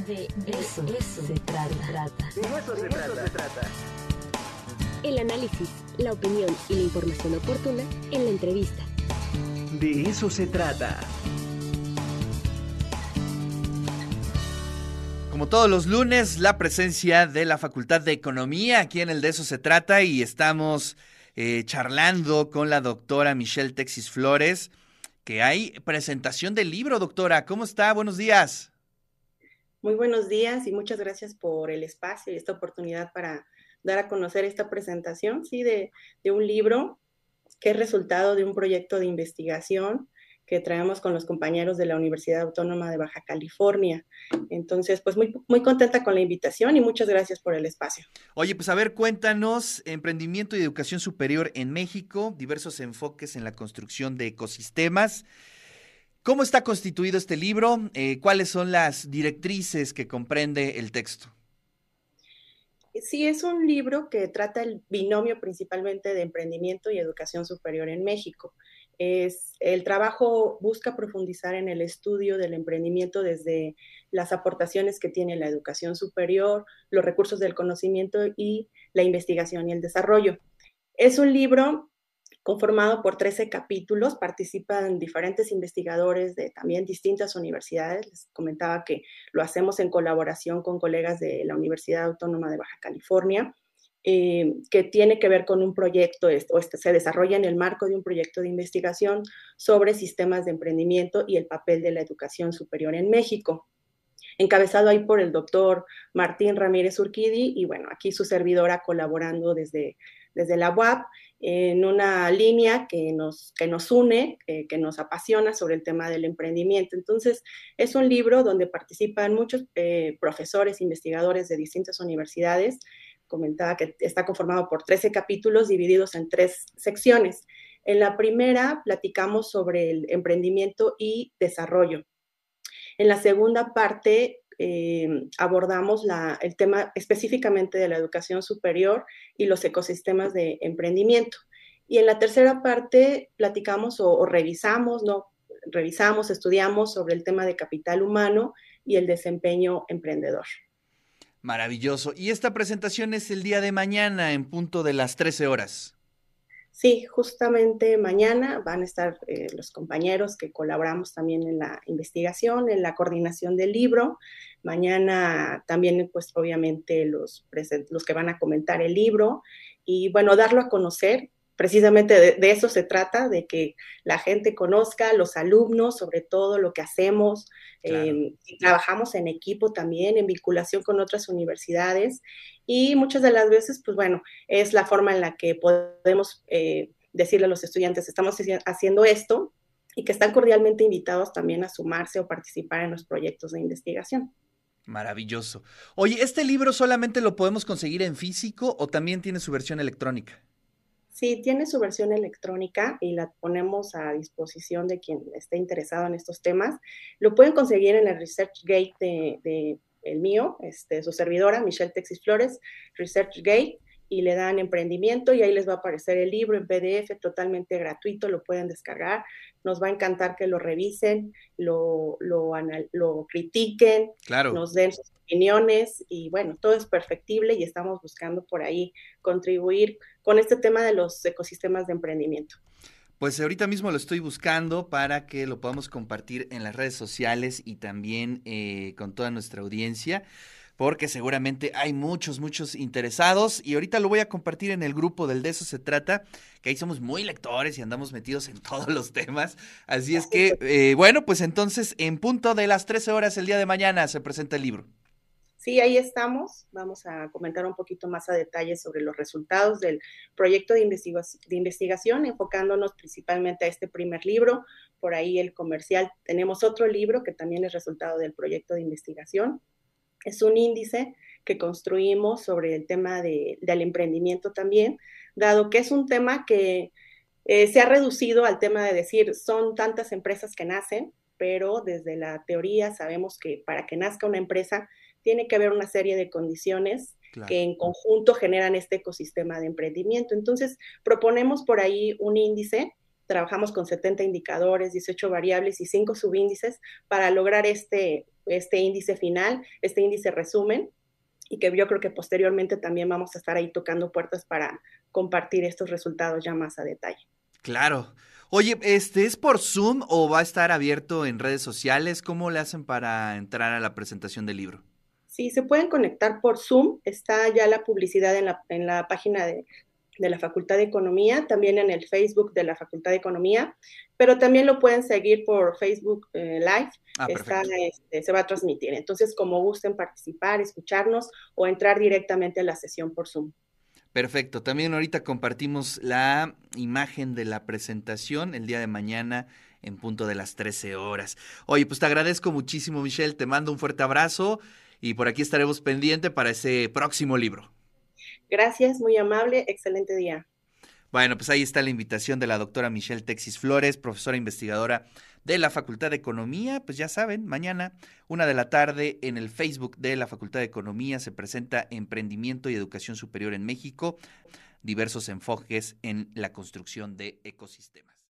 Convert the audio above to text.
De eso se trata. De eso se trata. El análisis, la opinión y la información oportuna en la entrevista. De eso se trata. Como todos los lunes, la presencia de la Facultad de Economía aquí en el De eso se trata y estamos charlando con la doctora Michelle Texis Flores, que hay presentación del libro, doctora. ¿Cómo está? Buenos días. Muy buenos días y muchas gracias por el espacio y esta oportunidad para dar a conocer esta presentación, sí, de un libro que es resultado de un proyecto de investigación que traemos con los compañeros de la Universidad Autónoma de Baja California. Entonces, pues muy contenta con la invitación y muchas gracias por el espacio. Oye, pues a ver, cuéntanos, emprendimiento y educación superior en México, diversos enfoques en la construcción de ecosistemas. ¿Cómo está constituido este libro? ¿Cuáles son las directrices que comprende el texto? Sí, es un libro que trata el binomio principalmente de emprendimiento y educación superior en México. El trabajo busca profundizar en el estudio del emprendimiento desde las aportaciones que tiene la educación superior, los recursos del conocimiento y la investigación y el desarrollo. Es un libro conformado por 13 capítulos, participan diferentes investigadores de también distintas universidades. Les comentaba que lo hacemos en colaboración con colegas de la Universidad Autónoma de Baja California, que tiene que ver con un proyecto, se desarrolla en el marco de un proyecto de investigación sobre sistemas de emprendimiento y el papel de la educación superior en México, encabezado ahí por el doctor Martín Ramírez Urquidi, y bueno, aquí su servidora colaborando desde la UAP, en una línea que nos une, que nos apasiona sobre el tema del emprendimiento. Entonces, es un libro donde participan muchos profesores, investigadores de distintas universidades. Comentaba que está conformado por 13 capítulos divididos en 3 secciones. En la primera platicamos sobre el emprendimiento y desarrollo. En la segunda parte abordamos el tema específicamente de la educación superior y los ecosistemas de emprendimiento. Y en la tercera parte platicamos o revisamos, estudiamos sobre el tema de capital humano y el desempeño emprendedor. Maravilloso. Y esta presentación es el día de mañana en punto de las 13 horas. Sí, justamente mañana van a estar los compañeros que colaboramos también en la investigación, en la coordinación del libro. Mañana también, pues obviamente los que van a comentar el libro y bueno, darlo a conocer. Precisamente de eso se trata, de que la gente conozca, los alumnos, sobre todo lo que hacemos. Claro. Trabajamos en equipo también, en vinculación con otras universidades y muchas de las veces, pues bueno, es la forma en la que podemos decirle a los estudiantes, estamos haciendo esto y que están cordialmente invitados también a sumarse o participar en los proyectos de investigación. Maravilloso. Oye, ¿este libro solamente lo podemos conseguir en físico o también tiene su versión electrónica? Sí, tiene su versión electrónica y la ponemos a disposición de quien esté interesado en estos temas. Lo pueden conseguir en el ResearchGate de el mío, su servidora, Michelle Texis Flores, ResearchGate, y le dan emprendimiento y ahí les va a aparecer el libro en PDF totalmente gratuito, lo pueden descargar. Nos va a encantar que lo revisen, lo critiquen, claro, nos den sus opiniones y bueno, todo es perfectible y estamos buscando por ahí contribuir con este tema de los ecosistemas de emprendimiento. Pues ahorita mismo lo estoy buscando para que lo podamos compartir en las redes sociales y también con toda nuestra audiencia, porque seguramente hay muchos interesados y ahorita lo voy a compartir en el grupo del De eso se trata, que ahí somos muy lectores y andamos metidos en todos los temas, así es que, bueno, pues entonces en punto de las 13 horas el día de mañana se presenta el libro. Sí, ahí estamos. Vamos a comentar un poquito más a detalle sobre los resultados del proyecto de investigación, enfocándonos principalmente a este primer libro, por ahí el comercial. Tenemos otro libro que también es resultado del proyecto de investigación. Es un índice que construimos sobre el tema del emprendimiento también, dado que es un tema que se ha reducido al tema de decir, son tantas empresas que nacen, pero desde la teoría sabemos que para que nazca una empresa tiene que haber una serie de condiciones, claro, que en conjunto generan este ecosistema de emprendimiento. Entonces, proponemos por ahí un índice trabajamos con 70 indicadores, 18 variables y 5 subíndices para lograr este índice final, este índice resumen, y que yo creo que posteriormente también vamos a estar ahí tocando puertas para compartir estos resultados ya más a detalle. Claro. Oye, ¿es por Zoom o va a estar abierto en redes sociales? ¿Cómo le hacen para entrar a la presentación del libro? Sí, se pueden conectar por Zoom, está ya la publicidad en la página de la Facultad de Economía, también en el Facebook de la Facultad de Economía, pero también lo pueden seguir por Facebook Live, se va a transmitir. Entonces, como gusten participar, escucharnos o entrar directamente a la sesión por Zoom. Perfecto. También ahorita compartimos la imagen de la presentación el día de mañana en punto de las 13 horas. Oye, pues te agradezco muchísimo, Michelle. Te mando un fuerte abrazo y por aquí estaremos pendiente para ese próximo libro. Gracias, muy amable. Excelente día. Bueno, pues ahí está la invitación de la doctora Michelle Texis Flores, profesora investigadora de la Facultad de Economía. Pues ya saben, mañana, 1:00 p.m, en el Facebook de la Facultad de Economía se presenta Emprendimiento y Educación Superior en México, diversos enfoques en la construcción de ecosistemas.